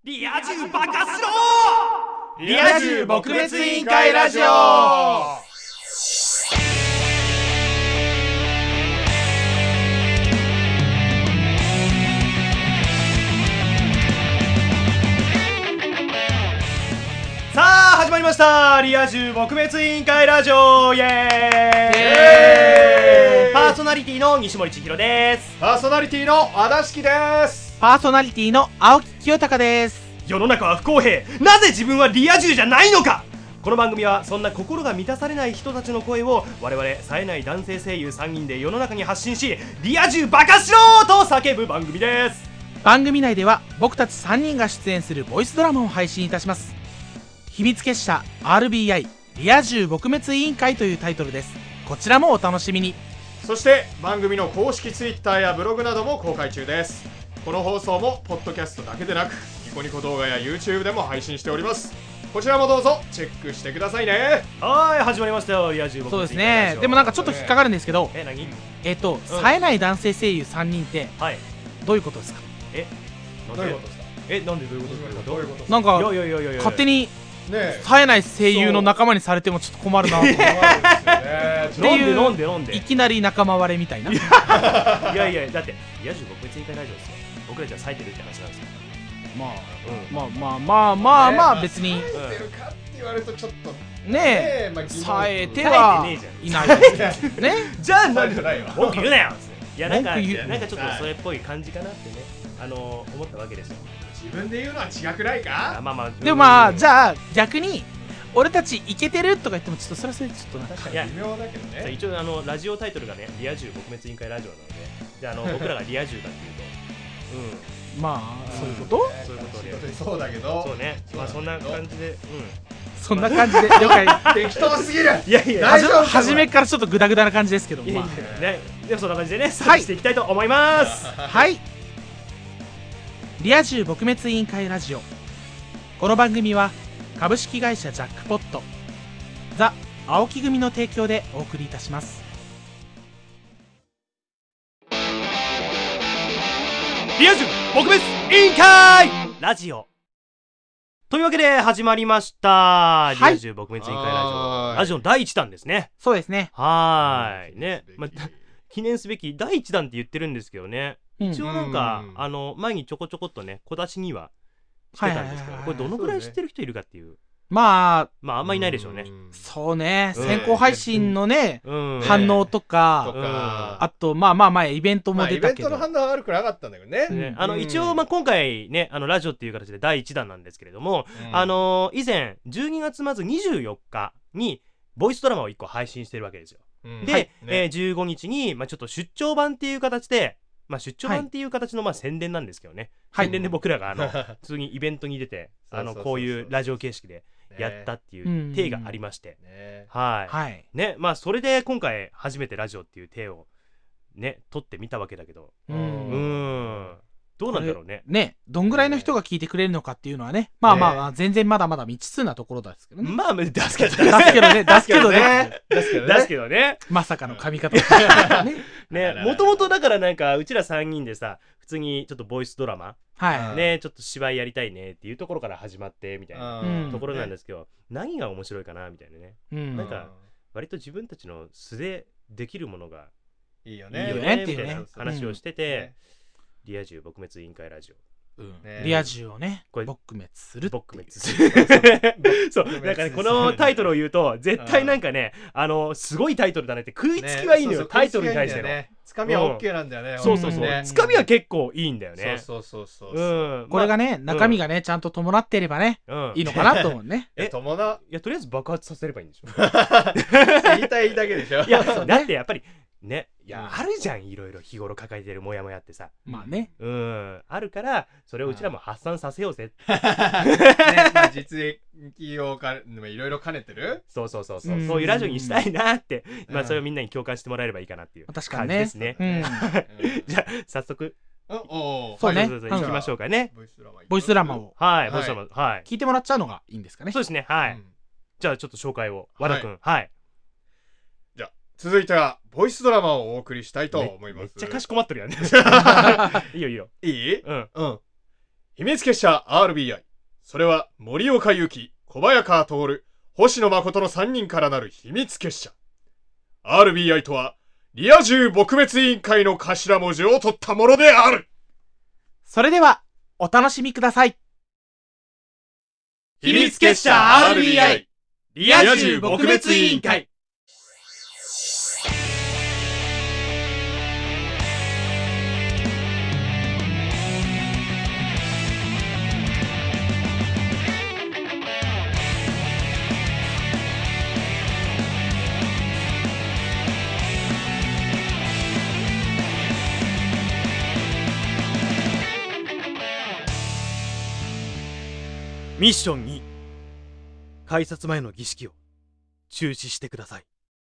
リア充バカしろー。 リア充撲滅委員会ラジオ。 さあ始まりました、リア充撲滅委員会ラジオ。イエーイ。パーソナリティの西森千尋です。 パーソナリティの和田敷です。 パーソナリティの青木清隆です。 世の中は不公平、なぜ自分はリア充じゃないのか。この番組はそんな心が満たされない人たちの声を我々冴えない男性声優3人で世の中に発信し、リア充バカしろーと叫ぶ番組です。 番組内では僕たち3人が出演するボイスドラマを配信いたします。秘密結社 RBI リア充撲滅委員会というタイトルです。こちらもお楽しみに。 そして番組の公式 Twitter やブログなども公開中です。この放送もポッドキャストだけでなくニコニコ動画や YouTube でも配信しております。こちらもどうぞチェックしてくださいね。 はい、始まりましたよ、リア充撲滅委員会ラジオ。 そうですね。でもなんかちょっと引っかかるんですけど、 何？ 冴えない男性声優3人ってはいどういうことですか？ なんでどういうことですか？ なんでどういうことですか？ どういうことですか？ なんかいや勝手にね冴えない声優の仲間にされてもちょっと困るなとえっていうなんでいきなり仲間割れみたいな。 いやいや、だってリア充撲滅委員会ラジオですよ。僕らじゃ冴えてるって話なんですよ。 まあ別に冴えてるかって言われるとちょっとねえまあ疑問冴えてはいないですね。 じゃあ冴えてないわ。 文句言うなよ。いやなんか文句言うちょっとそれっぽい感じかなってね、思ったわけですよ。 自分で言うのは違くないか？ でもまあじあゃあ逆に俺たちイケてるとか言ってもちょっとそれはそれでちょっとなんか確かに微妙だけどね。 一応ラジオタイトルがね、リア充撲滅委員会ラジオなので、僕らがリア充だっていうとまあそういうことそういうことでそうだけどそうね、まあそんな感じでそんな感じで了解。 適当すぎる。 いやいや大丈夫か初めからちょっとグダグダな感じですけど、 いやいまやね、でもそんな感じでね、スタートしていきたいと思います。 あはいリア充撲滅委員会ラジオ。この番組は株式会社ジャックポットザ・青木組の提供でお送りいたします。 リア充撲滅委員会ラジオというわけで始まりました、リア充撲滅委員会ラジオ。ラジオの第1弾ですね。 そうですね。 はーいね、記念すべき第1弾って言ってるんですけどね、一応なんか前にちょこちょこっとね小出しにはしてたんですけど、これどのぐらい知ってる人いるかっていう、 まああんまいないでしょうね。 そうね、先行配信のね反応ととか、 かあとまあ前イベントも出たけど、 イベントの反応は悪くなかったんだけどね。 一応今回ねラジオっていう形で第1弾なんですけれども、以前12月末24日にボイスドラマを1個配信してるわけですよ。で、15日にちょっと出張版っていう形で、出張版っていう形の宣伝なんですけどね、宣伝で僕らが普通にイベントに出てこういうラジオ形式でやったっていう体がありまして、はいね、それで今回初めてラジオっていう体をね撮ってみたわけだけど、どうなんだろうね。 ね、どんぐらいの人が聞いてくれるのかっていうのはね、全然まだまだ未知数なところですけどね。 出すけどね。 まさかの髪型ね、もともとだからなんかうちら3人でさ、普通にちょっとボイスドラマね、ちょっと芝居やりたいねっていうところから始まってみたいなところなんですけど、何が面白いかなみたいなね。なんか割と自分たちの素でできるものがいいよねねみたいな話をしてて、リア充撲滅委員会ラジオ、 リア充をねこれ撲滅する。 そうなんかね、このタイトルを言うと絶対なんかねすごいタイトルだねって食いつきはいいのよ、タイトルに対してのつかみは OK なんだよね。 そうつかみは結構いいんだよね。 そうこれがね中身がねちゃんと伴っていればねいいのかなと思うね。 いやとりあえず爆発させればいいんでしょ。 言いたいだけでしょ。 いやだってやっぱりね、いやあるじゃん、いろいろ日頃抱えてるモヤモヤってさ、 まあね、 あるからそれをうちらも発散させようぜ。 実益をいろいろ兼ねてる。 そういうラジオにしたいなって、それをみんなに共感してもらえればいいかなっていう感じですね。じゃあ早速そうね行きましょうかね。 ボイスドラマを聞いてもらっちゃうのがいいんですかね。 そうですね、はい。じゃあちょっと紹介を和田くん。はい。 じゃあ続いてはボイスドラマをお送りしたいと思います。 めっちゃかしこまってるやんね。いいよ。 いい？ 秘密結社 RBI、 それは森岡由紀、小早川徹、星野誠の3人からなる秘密結社。 RBI とはリア充撲滅委員会の頭文字を取ったものである。 それではお楽しみください。 秘密結社 RBI リア充撲滅委員会。 ミッション2、改札前の儀式を中止してください。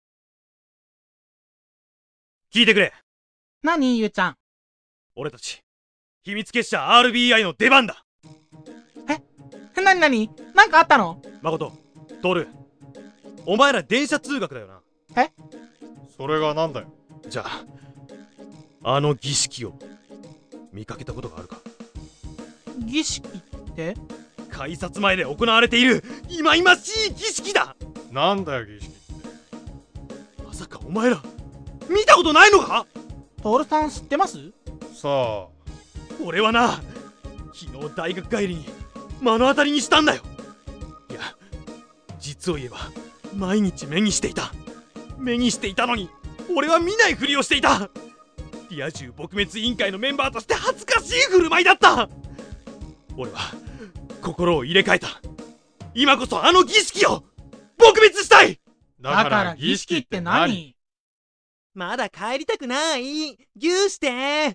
聞いてくれ。 何ゆうちゃん。 俺たち秘密結社 RBI の出番だ。 なになんかあったの？ 誠、徹、お前ら電車通学だよな。 それがなんだよ。 じゃあ、あの儀式を見かけたことがあるか？ 儀式って？ 改札前で行われている忌々しい儀式だ。 なんだよ儀式って。 まさかお前ら見たことないのか？ 徹さん知ってます？ さあ、 俺はな、昨日大学帰りに目の当たりにしたんだよ。いや、実を言えば毎日目にしていたのに俺は見ないふりをしていた。リア充撲滅委員会のメンバーとして恥ずかしい振る舞いだった。俺は心を入れ替えた。今こそあの儀式を撲滅したい。 だから儀式って何？ まだ帰りたくない。ギューして。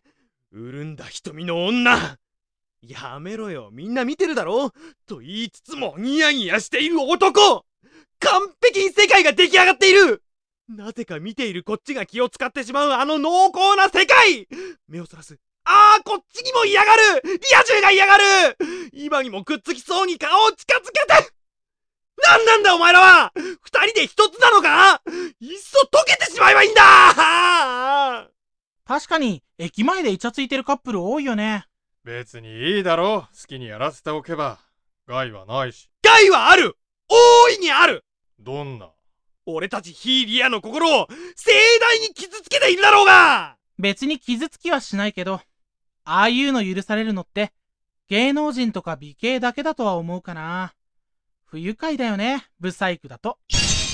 潤んだ瞳の女。やめろよ、みんな見てるだろと言いつつもニヤニヤしている男。完璧に世界が出来上がっている。なぜか見ているこっちが気を使ってしまうあの濃厚な世界。目をそらす。こっちにも嫌がる。リア充が嫌がる。今にもくっつきそうに顔を近づけて。なんなんだお前らは。二人で一つなのか？いっそ溶けてしまえばいいんだ。 確かに駅前でイチャついてるカップル多いよね。 別にいいだろう。好きにやらせておけば。害はないし。 害はある。大いにある。 どんな？ 俺たち非リアの心を盛大に傷つけているだろうが。 別に傷つきはしないけど、ああいうの許されるのって芸能人とか美形だけだとは思うかな。不愉快だよね、ブサイクだと。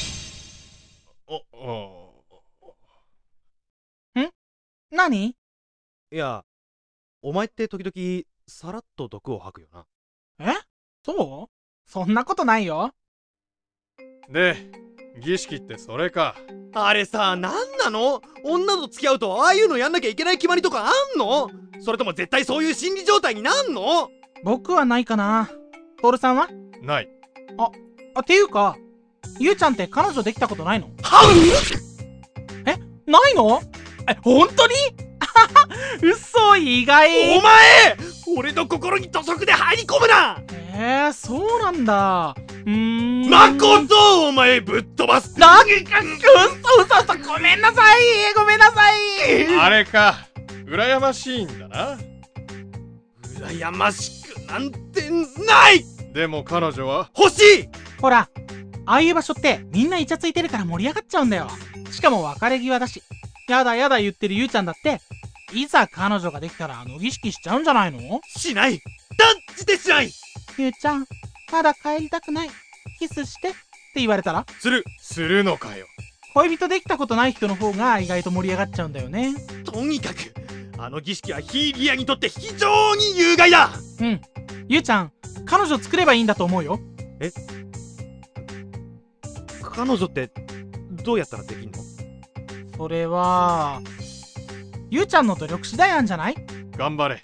何？ いや、お前って時々さらっと毒を吐くよな。 そう？そんなことないよ。 で、儀式ってそれか。 あれさ、なんなの？女と付き合うとああいうのやんなきゃいけない決まりとかあんの？それとも絶対そういう心理状態になんの？ 僕はないかな。徹さんは？ ない。 っていうか、ゆうちゃんって彼女できたことないの？ないの？本当に？嘘、意外。 お前！俺の心に土足で入り込むな！ そうなんだ。 誠、お前ぶっ飛ばす。 嘘、ごめんなさい。 あれか。羨ましいんだな。 羨ましくなんてない。 でも彼女は欲しい。 ほら、ああいう場所ってみんなイチャついてるから盛り上がっちゃうんだよ。しかも別れ際だし。やだ言ってるゆうちゃんだって、いざ彼女ができたらあの儀式しちゃうんじゃないの？ しない。断じてしない。 ゆうちゃん、まだ帰りたくない。キスしてって言われたら？ するのかよ。 恋人できたことない人の方が意外と盛り上がっちゃうんだよね。 とにかくあの儀式は非リアにとって非常に有害だ。 ゆうちゃん、彼女作ればいいんだと思うよ。 彼女ってどうやったらできんの？ それはゆうちゃんの努力次第なんじゃない？ 頑張れ。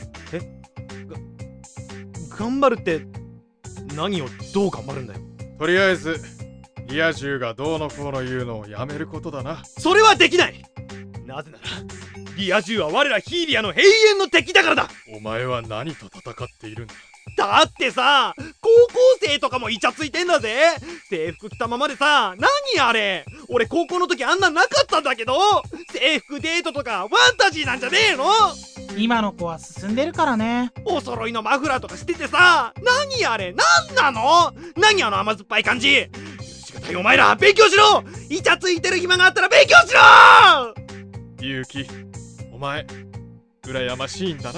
頑張るって何をどう頑張るんだよ。 とりあえずリア充がどうのこうの言うのをやめることだな。 それはできない。なぜならリア充は我らヒーリアの永遠の敵だからだ。 お前は何と戦っているんだ？ だってさ、高校生とかもイチャついてんだぜ。制服着たままでさ、何あれ。俺高校の時あんななかったんだけど。制服デートとかファンタジーなんじゃねえの？ 今の子は進んでるからね。 お揃いのマフラーとかしててさ、何あれ、なんなの、何あの甘酸っぱい感じ。許しがたいお前ら、勉強しろ。イチャついてる暇があったら勉強しろ。 ゆうき、お前羨ましいんだな。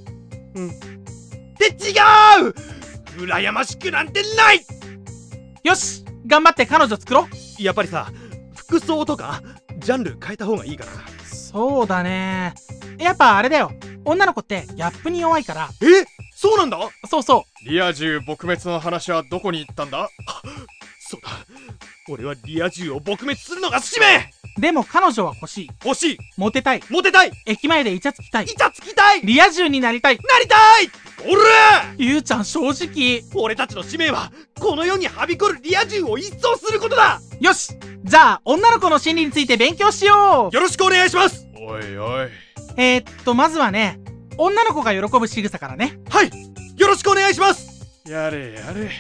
って違う、羨ましくなんてない。 よし、頑張って彼女作ろう。 やっぱりさ、服装とかジャンル変えた方がいいかな。 そうだね。やっぱあれだよ、女の子ってギャップに弱いから。 そうなんだ。 そうそリア充撲滅の話はどこに行ったんだ。 そうだ、俺はリア充を撲滅するのが使命。 う。でも彼女は欲しい。 欲しい、 モテたい。 モテたい、 駅前でイチャつきたい。 イチャつきたい、 リア充になりたい。 なりたい。おら、 ゆうちゃん正直。 俺たちの使命はこの世にはびこるリア充を一掃することだ。 よし、じゃあ女の子の心理について勉強しよう。 よろしくお願いします。 おいおい、 まずはね、女の子が喜ぶ仕草からね。 はい、よろしくお願いします。 やれやれ。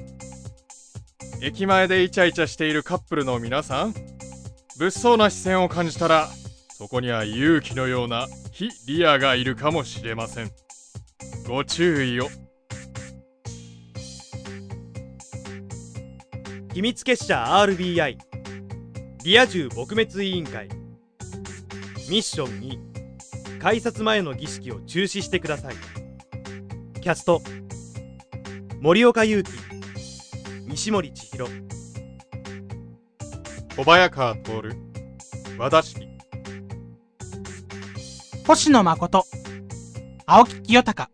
駅前でイチャイチャしているカップルの皆さん、物騒な視線を感じたら、そこには勇気のような非リアがいるかもしれません。ご注意を。 秘密結社 RBI リア充撲滅委員会。ミッション2、改札前の儀式を中止してください。キャスト、森岡裕樹、西森千尋、 小早川徹、和田式、 星野誠、青木清隆。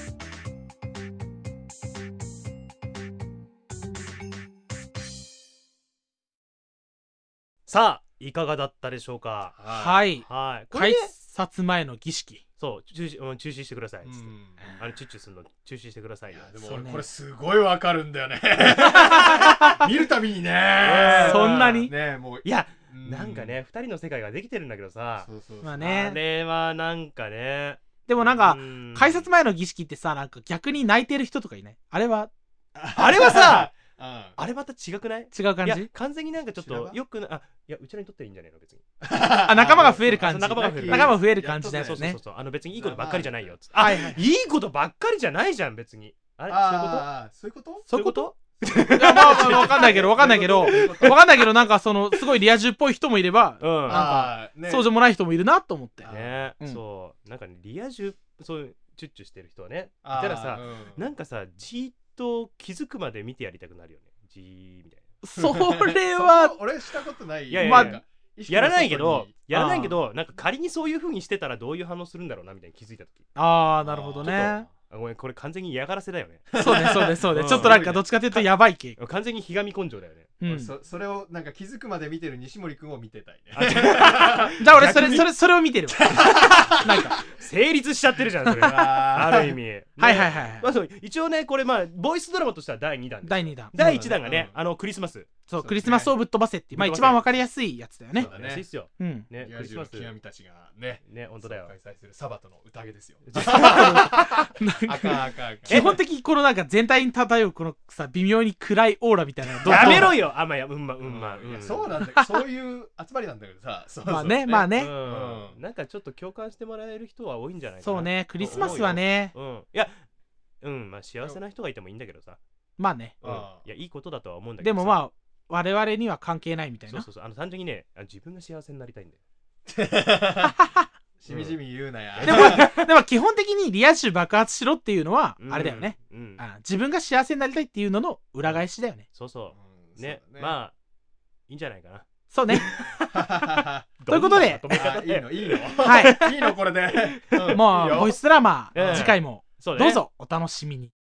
さあいかがだったでしょうか。 はいはい、これ改ね、 札前の儀式。 そう中止してくださいっつって、チュッチュするの中止してくださいよ。 でもそうね俺これすごいわかるんだよね。見るたびにね。 そんなにね、もういや、 うんなんかね、2人の世界ができてるんだけどさ、 そうそうそう、 まああね。 れはなんかね、 でもなんかうん改札前の儀式ってさ、なんか逆に泣いてる人とかいない？あれはあれはさうんあれまた違くない？いや違う感じ？ 完全になんかちょっと修羅場よくな、いやうちらにとってはいいんじゃないの別に。 あ、仲間が増える感じ。 仲間が増える仲間増える感じだよねそうそうそう。そう別にいいことばっかりじゃないよっつって。 はいはい。 いいことばっかりじゃないじゃん別に。あれそういうこと？ そういうこと？ そういうこと？ いやまあわかんないけどなんかそのすごいリア充っぽい人もいれば、 うん。 ね、 そうでもない人もいるなと思って。 ね、 うんそうなんかねリア充そういうチュッチュしてる人はねいあーたらさ、 うんなんかさじーっと気づくまで見てやりたくなるよね。じーみたいそれは俺したことない。 いやいやまあな。やらないけどになんか仮にそういう風にしてたらどういう反応するんだろうなみたいに気づいた時。 ああ、なるほどね。 あごめんこれ完全に嫌がらせだよね。 そうねそうねそうね。 うんちょっとなんかどっちかというとやばい系。 完全にひがみ根性だよね。 うん。 俺それをなんか気づくまで見てる西森くんを見てたいね。 あじゃあ俺それを見てるわ。なんか成立しちゃってるじゃんそれ。ある意味。ねはいはいはいまあそう一応ねこれまあボイスドラマとしては第2弾です。 第2弾。 第1弾がね、 うクリスマス。 そうクリスマスをぶっ飛ばせっていう、まあぶっ飛ばせ一番わかりやすいやつだよねそう。だね安いっすよ。 うん。 ねリア充のクリスマス。 極みたちがね、 ね本当だよ。 開催するサバトの宴ですよ。 なんかあかんあかん。 基本的にこのなんか全体に漂うこのさ微妙に暗いオーラみたいなのどうやめろよ。まあいやそうなんだけど、そういう集まりなんだけどさ。そうそうまあねまあね。 うんなんかちょっと共感してもらえる人は多いんじゃないかな。 そうねクリスマスはね。 うんいやまあ幸せな人がいてもいいんだけどさ。 まあね。 いやいいことだとは思うんだけど。 でもまあ我々には関係ないみたいな。 そう単純にね自分が幸せになりたいんだよ。 しみじみ言うなや。 でも基本的にリア充爆発しろっていうのはあれだよね。 うん自分が幸せになりたいっていうのの裏返しだよね。 そうそううんねそうだまあいいんじゃないかな。 そうね。 あということでどんなまとめ方いいのいいの。 はい。 いいのこれで。 もうボイスドラマうん次回もそうねどうぞお楽しみに。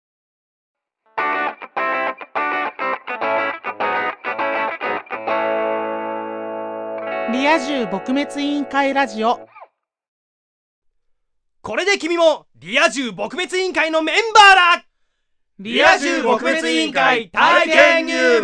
リア充撲滅委員会ラジオ。 これで君もリア充撲滅委員会のメンバーだ。リア充撲滅委員会体験入部。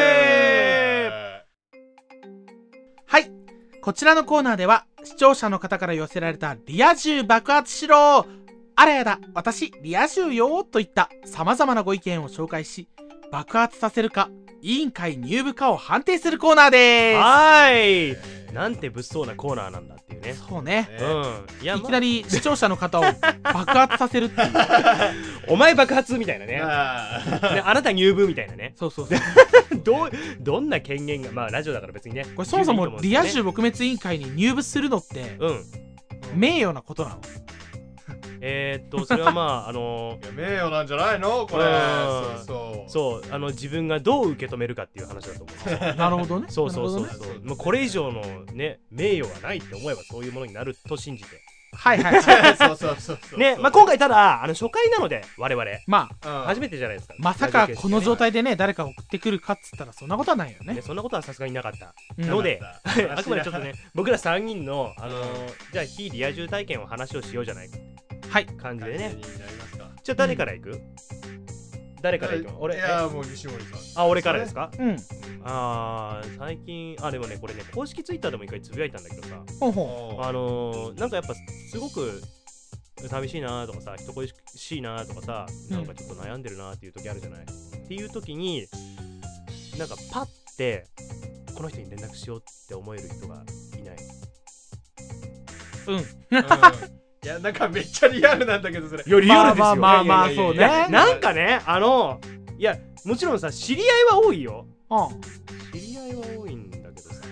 はい。こちらのコーナーでは視聴者の方から寄せられたリア充爆発しろ、あらやだ私リア充よといった様々なご意見を紹介し、爆発させるか委員会入部かを判定するコーナーではーい、なんて物騒なコーナーなんだっていうね。 す。そうね、 いや、 いきなり視聴者の方を爆発させるっていうお前爆発みたいなね。ね、 ああなた入部みたいなね。 そうそうそうどんな権限が、まあラジオだから別にね。 これそもそもリア充部。 撲滅委員会に入部するのってうん。 名誉なことなの？ それはまあいや名誉なんじゃないのこれ。 そう自分がどう受け止めるかっていう話だと思う。 なるほどね。 そうそうそうなるほどね。 そう。もうこれ以上のね名誉はないって思えばそういうものになると信じて。 はいはいはいそうね、まあ今回ただ初回なので我々 まあ初めてじゃないですか。 まさかこの状態でね誰か送ってくるかっつったらそんなことはないよね。 ね、そんなことはさすがになかったうんので、 なかったあくまでちょっとね僕ら3人のじゃあ非リア充体験を話をしようじゃないかはい感じでね。 感じになりますか。 じゃあ誰から行く？誰から行くの？俺いやもう西森さん。 あ、俺からですか？ うん最近でもねこれね公式ツイッターでも一回つぶやいたんだけどさ、 ほうほなんかやっぱすごく寂しいなとかさ、人恋しいなとかさ、なんかちょっと悩んでるなっていう時あるじゃない、っていう時になんかパッてこの人に連絡しようって思える人がいない？ ううんいやなんかめっちゃリアルなんだけどそれ。 いやリアルですよ。 まあまあまあいやいやいやそういやね。 なんかねいやもちろんさ知り合いは多いよ。 うん知り合いは多いんだけどさ。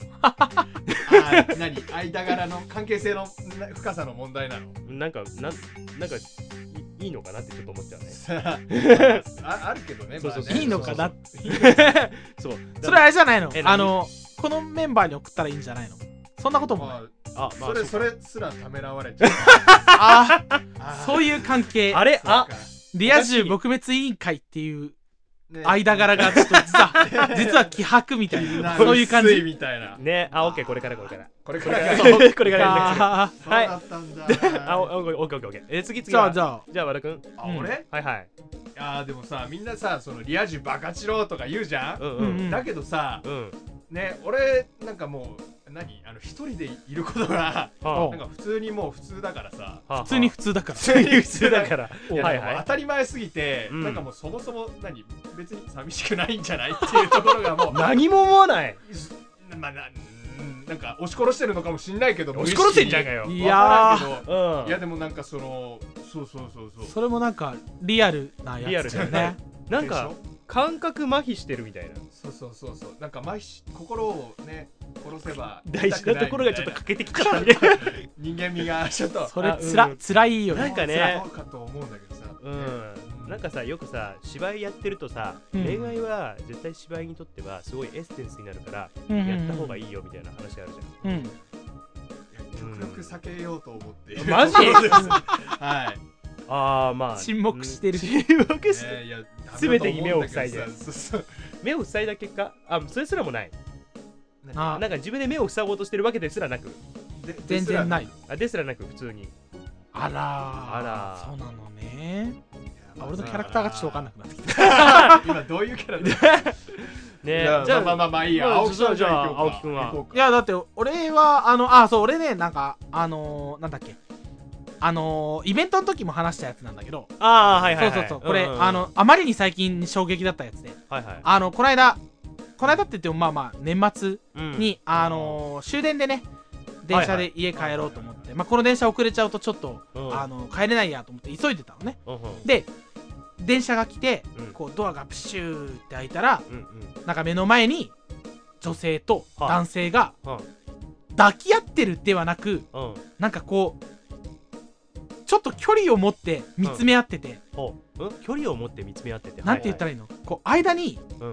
何間柄の関係性の深さの問題なの？ なんかいいのかなってちょっと思っちゃうね。 あるけどね。 そうそうまあねいいのかな。 そう。 それあれじゃないの？ 何このメンバーに送ったらいいんじゃないの？そんなこともない。 まあまあそれすらためらわれちゃう。 ああそういう関係。 あれリア充撲滅委員会っていうね間柄がちょっと実は希薄みたいなそういう感薄いじ。 みたいな。 ね、オッケーこれから。 これこかられから連絡する。 あそうだったんだ。 オッケーオッケー。次じゃあじゃじゃああ和田くん。 俺？ はいはい。 でもさみんなさそのリア充バカチロとか言うじゃん。 うんだけどさうん。 ね俺なんかもう一人でいることがはなんか普通にもう普通だからさ。 あ普通に普通だから。 普通に普通だから。 いやはいはでも当たり前すぎて、 うんなんかもうそもそも別に寂しくないんじゃないっていうところがもい。何も思わない。 うなんか押し殺してるのかもしんないけど押し殺してんじゃんかよ。 いやうん。 いやでもなんかそうそれもなんかリアルなやつだよね。 なんか感覚麻痺してるみたいな。 そうなんか心をね殺せば大事なところがちょっと欠けてきちゃったみたいな。 人間味がちょっとそれうんつらいよね。 なんかねそうかと思うんだけどさなんかさよくさ芝居やってるとさ、 うん恋愛は絶対芝居にとってはすごいエッセンスになるから、 うんうんうんやった方がいいよみたいな話あるじゃん。 うん。 極力避けようと思ってマジはいまあ沈黙してる。 沈黙していや全てに目を塞いでそう目を塞いだ結果それすらもない。 あなんか自分で目を塞ごうとしてるわけですらなく全然ない。 ですらなく普通に。 あらあらそうなのね。俺のキャラクターがちょっと分かんなくなってきた。 今どういうキャラでねじゃあまあいいや青木さんじゃあ行こうか青木くんは行こうかいやだって俺はそう俺ねなんかなんだっけイベントの時も話したやつなんだけど、 はいはいはい。 そうこれんあまりに最近衝撃だったやつで、 はいはいこの間って言ってもまあ年末うんに終電でね電車で家帰ろうと思ってこの電車遅れちゃうとちょっと帰れないやと思って急いでたのね。 うんうんで電車が来てうんこうドアがプシューって開いたらうんなんか目の前に女性と男性がうん抱き合ってるではなくうんなんかこうちょっと距離を持って見つめ合ってて、 距離を持って見つめ合っててなんて言ったらいいの、こう間にうん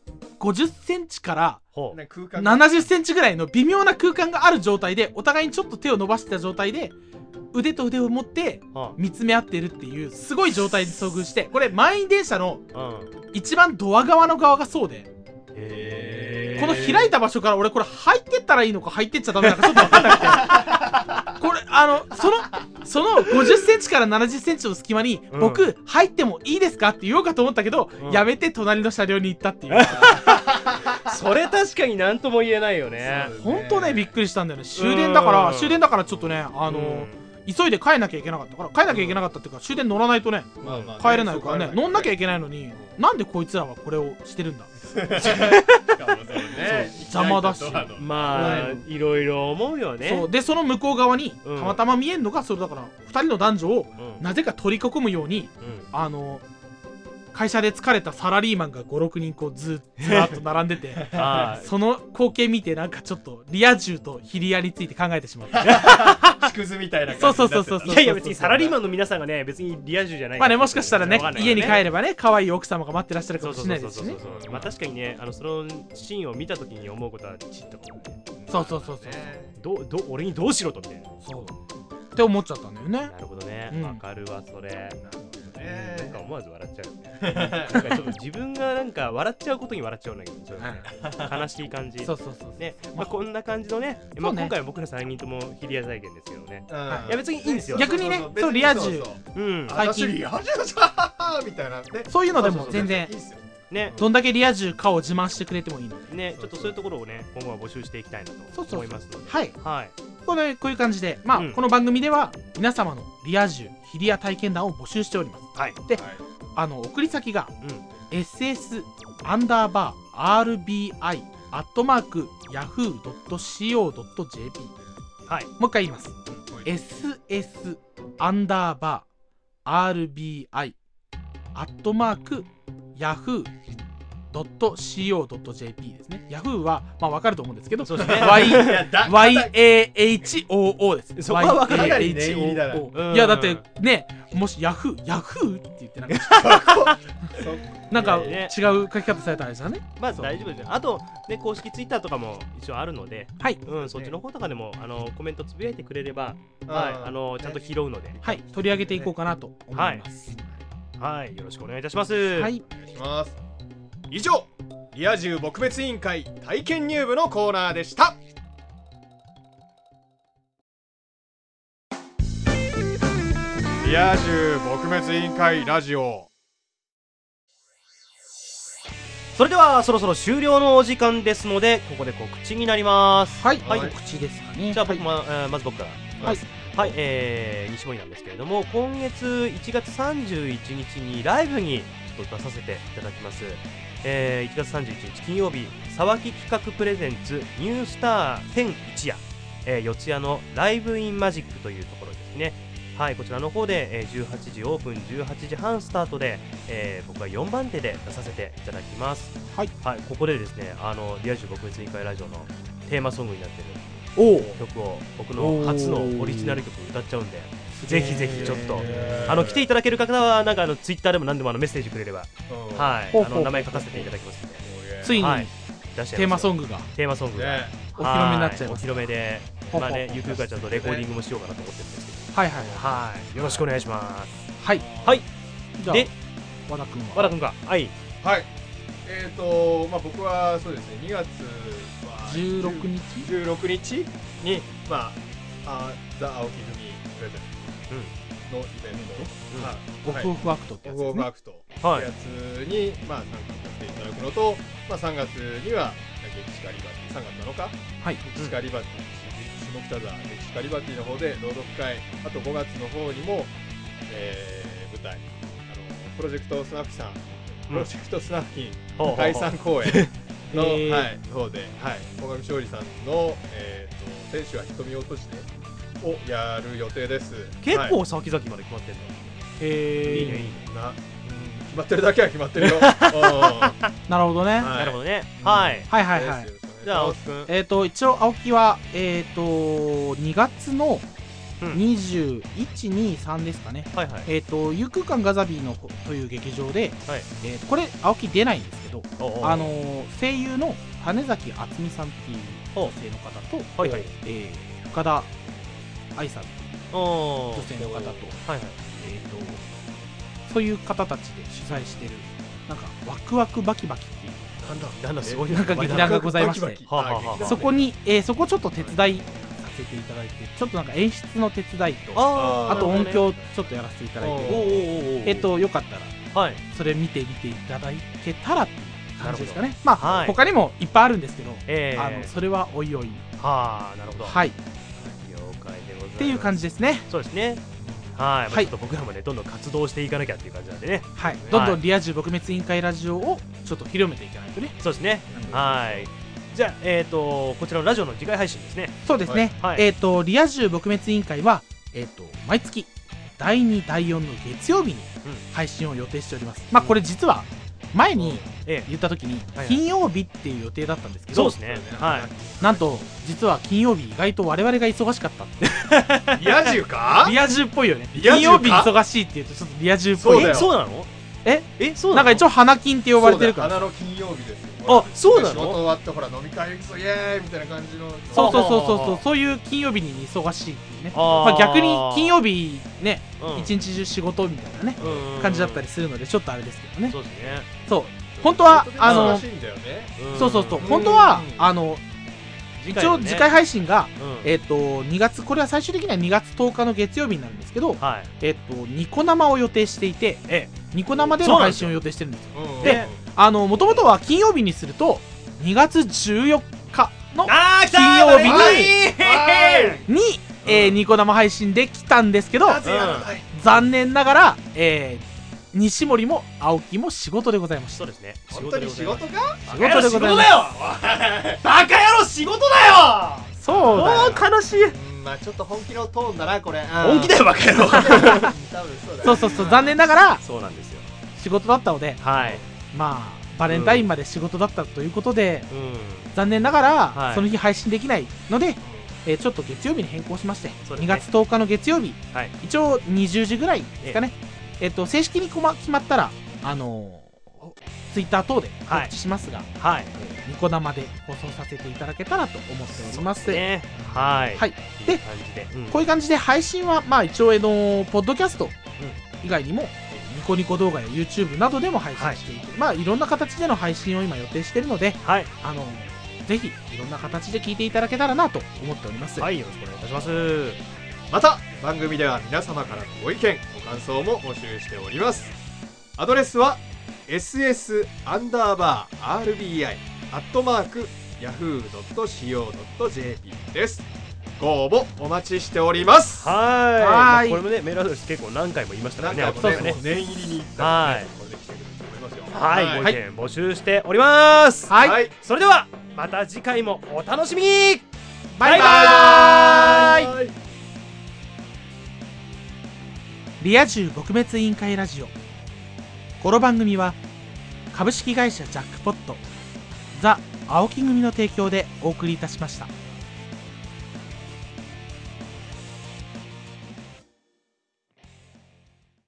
50センチからね空間が 70センチぐらいの微妙な空間がある状態でお互いにちょっと手を伸ばしてた状態で腕と腕を持って見つめ合ってるっていうすごい状態に遭遇して、これ満員電車の一番ドア側の側がそうで、この開いた場所から俺これ入ってったらいいのか入ってっちゃダメなのかちょっと分かんなくてこれその50センチから70センチの隙間に僕入ってもいいですかって言おうかと思ったけど、やめて隣の車両に行ったっていうそれ確かに何とも言えないよね。 ほんとねびっくりしたんだよね。終電だからちょっとね急いで帰んなきゃいけなかったから帰んなきゃいけなかったっていうか終電乗らないとね帰れないからね乗んなきゃいけないのになんでこいつらはこれをしてるんだ邪魔だし、 まあいろいろ思うよね。 そうでその向こう側にうんたまたま見えるのがそれだから2人の男女をなぜか取り囲むように会社で疲れたサラリーマンが 5,6 人こうずらっと並んでてその光景見てなんかちょっとリア充とヒリアについて考えてしまった木くずみたいなそう感じになってた。 そうそうそういやいや別にサラリーマンの皆さんがね別にリア充じゃないまあねもしかしたらねわかんないよ家に帰ればね可愛い奥様が待ってらっしゃるかそうもしそうそうそうれないですしねそうまあ確かにねそのシーンを見た時に思うことはちっとかもねそうそうそうそう俺にどうしろとみたいな。 そうって思っちゃったんだよね。 なるほどねうんわかるわそれ。なんか思わず笑っちゃうよね。なんかちょっと自分がなんか笑っちゃうことに笑っちゃうんだけどちょっとね悲しい感じ。 そうそうそうねまあこんな感じのねまあ今回は僕ら3人ともヒリア体験ですけどね。いや別にいいんですよ。 逆にねそうリア充うん最近リア充さみたいなね。 そういうのでも全然いいっすよ。 ねどんだけリア充かを自慢してくれてもいいのでねちょっとそういうところをね今後は募集していきたいなと思いますので。 はいはい。 こういう感じでまあ、 うんこの番組では皆様のリア充ヒリア体験談を募集しておりますはい。 で送り先がうん。 ss_rbi@yahoo.co.jp はい。 もう一回言います ss_rbi@yahoo.co.jp ですね Yahoo はまあ分かると思うんですけどそうですね。 YAHOO ですそこは分かるかなり念入りだな YAHOO いやだってねもし Yahoo って言ってなんかね違う書き方されたらあれですよねまあ大丈夫ですよ。あとね公式ツイッターとかも一応あるので、 はいそっちの方とかでもコメントつぶやいてくれれば、 うんはいちゃんと拾うので、 はい取り上げていこうかなと思いますはいよろしくお願いいたします。 はいお願いします。以上リア充撲滅委員会体験入部のコーナーでした。リア充撲滅委員会ラジオ。 それではそろそろ終了のお時間ですのでここで告知になります。 はいはい告知ですかねじゃあ僕はいまず僕から。 はいはい、西森なんですけれども今月1月31日にライブにちょっと出させていただきます。1月31日金曜日沢木企画プレゼンツニュースター1001夜、四谷のライブインマジックというところですね。はい、こちらの方で、18時オープン18時半スタートで、僕は4番手で出させていただきます。 はい、 はい、ここでですねリア充撲滅委員会ラジオのテーマソングになっているお曲を僕の初のオリジナル曲歌っちゃうんでぜひぜひちょっと来ていただける方はなんかツイッターでも何でもメッセージくれればはいほうほう名前書かせていただきますのでついにはいテーマソングがテーマソングがお披露目になっちゃいますお披露目でほうほうまあねゆくゆくはちゃんとレコーディングもしようかなと思ってるんですけはいはいどはいよろしくお願いしますはいはいじゃあで和田君は和田君かはいはい。まあ僕はそうですね2月は 16日 16日にまあザ青木組プレゼントのイベント、 オフオフアクトってやつオフですねオフアクトはいやつにまあ参加させていただくのと、まあ3月には歴史カリバティ3月7日はい歴史カリバティ下北沢歴史カリバティの方で朗読会あと5月の方にも、舞台プロジェクトスナフキさんプロジェクトスナフキン解散公演の、はい方で鴻上勝利さんの選手は瞳を閉じてをやる予定です。 結構先々まで決まってんのいいねいいね決まってるだけは決まってるよ。 なるほどねなるほどねはいはいはいはいじゃあ青木君一応青木は2月の21、23ですかね。 はいはいゆくかんガザビーのという劇場で、 はいこれ青木出ないんですけど、 おう声優の種崎敦美さんっていう女性の方と、 はいはい深田愛さんっていうお女性の方と、 はいはいそういう方たちで主催してるなんかワクワクバキバキっていうなんだすごいなんか劇団がございましてはあはあはあそこに、そこちょっと手伝いさせていただいてちょっとなんか演出の手伝いとあと音響ちょっとやらせていただいてよかったらそれ見ていただけたらっていう感じですかね。まあ他にもいっぱいあるんですけどそれはおいおいはあなるほどはい了解でございますっていう感じですね。 そうですねはい、ちょっと僕らもねどんどん活動していかなきゃっていう感じなんでね。 はい、どんどんリア充撲滅委員会ラジオをちょっと広めていかないとね。 そうですね。はい。じゃあこちらのラジオの次回配信ですね。 そうですね。 はい。 リア充撲滅委員会は毎月第2第4の月曜日に配信を予定しております。まあこれ実は前に言った時に金曜日っていう予定だったんですけど、 そうですね。はい。 なんと実は金曜日意外と我々が忙しかったって。 リア充か？ リア充っぽいよね。 リア充か金曜日忙しいって言うとちょっとリア充っぽい。 そうだよ。 そうなの？そうなの？ なんか一応花金って呼ばれてるから。 花の金曜日ですよ。 あ、そうなの？ 仕事終わってほら飲み会行くぞイエーイみたいな感じの。 そういう金曜日に忙しいっていうね。まあ逆に金曜日ね一日中仕事みたいなね感じだったりするのでちょっとあれですけどね。 そうですね。 そう本当は忙しいんだよね。 そう本当は一応次回配信が2月、これは最終的には2月10日の月曜日になるんですけど、ニコ生を予定していて、ニコ生での配信を予定してるんですよ。でもともとは金曜日にすると2月14日の金曜日にニコ生配信できたんですけど、残念ながら西森も青木も仕事でございました。 そうですね。 本当に仕事か？ 仕事でございます。 バカ野郎仕事だよ。 そうだよ。 悲しい。 まあちょっと本気のトーンだなこれ。 本気だよバカ野郎。 そう残念ながらそうなんですよ。 仕事だったので、 はい。 まあバレンタインまで仕事だったということで、残念ながらその日配信できないので、ちょっと月曜日に変更しまして、2月10日の月曜日、一応20時ぐらいですかね。正式に決まったらツイッター等で告知しますが、ニコ生で放送させていただけたらと思っております。でこういう感じで配信はまあ一応ポッドキャスト以外にもニコニコ動画や YouTube などでも配信していて、まあいろんな形での配信を今予定しているので、ぜひいろんな形で聞いていただけたらなと思っております。 はい、よろしくお願いいたします。 また番組では皆様からのご意見ご感想も募集しております。アドレスは ss_RBI@yahoo.co.jp です。ご応募お待ちしております。 はい。これもねメールアドレス結構何回も言いましたからね。 念入りにこれで来てくれると思いますよ。 はい、ご意見募集しております。はい。それではまた次回もお楽しみに。バイバーイ。 リア充撲滅委員会ラジオ。この番組は株式会社ジャックポットザ青木組の提供でお送りいたしました。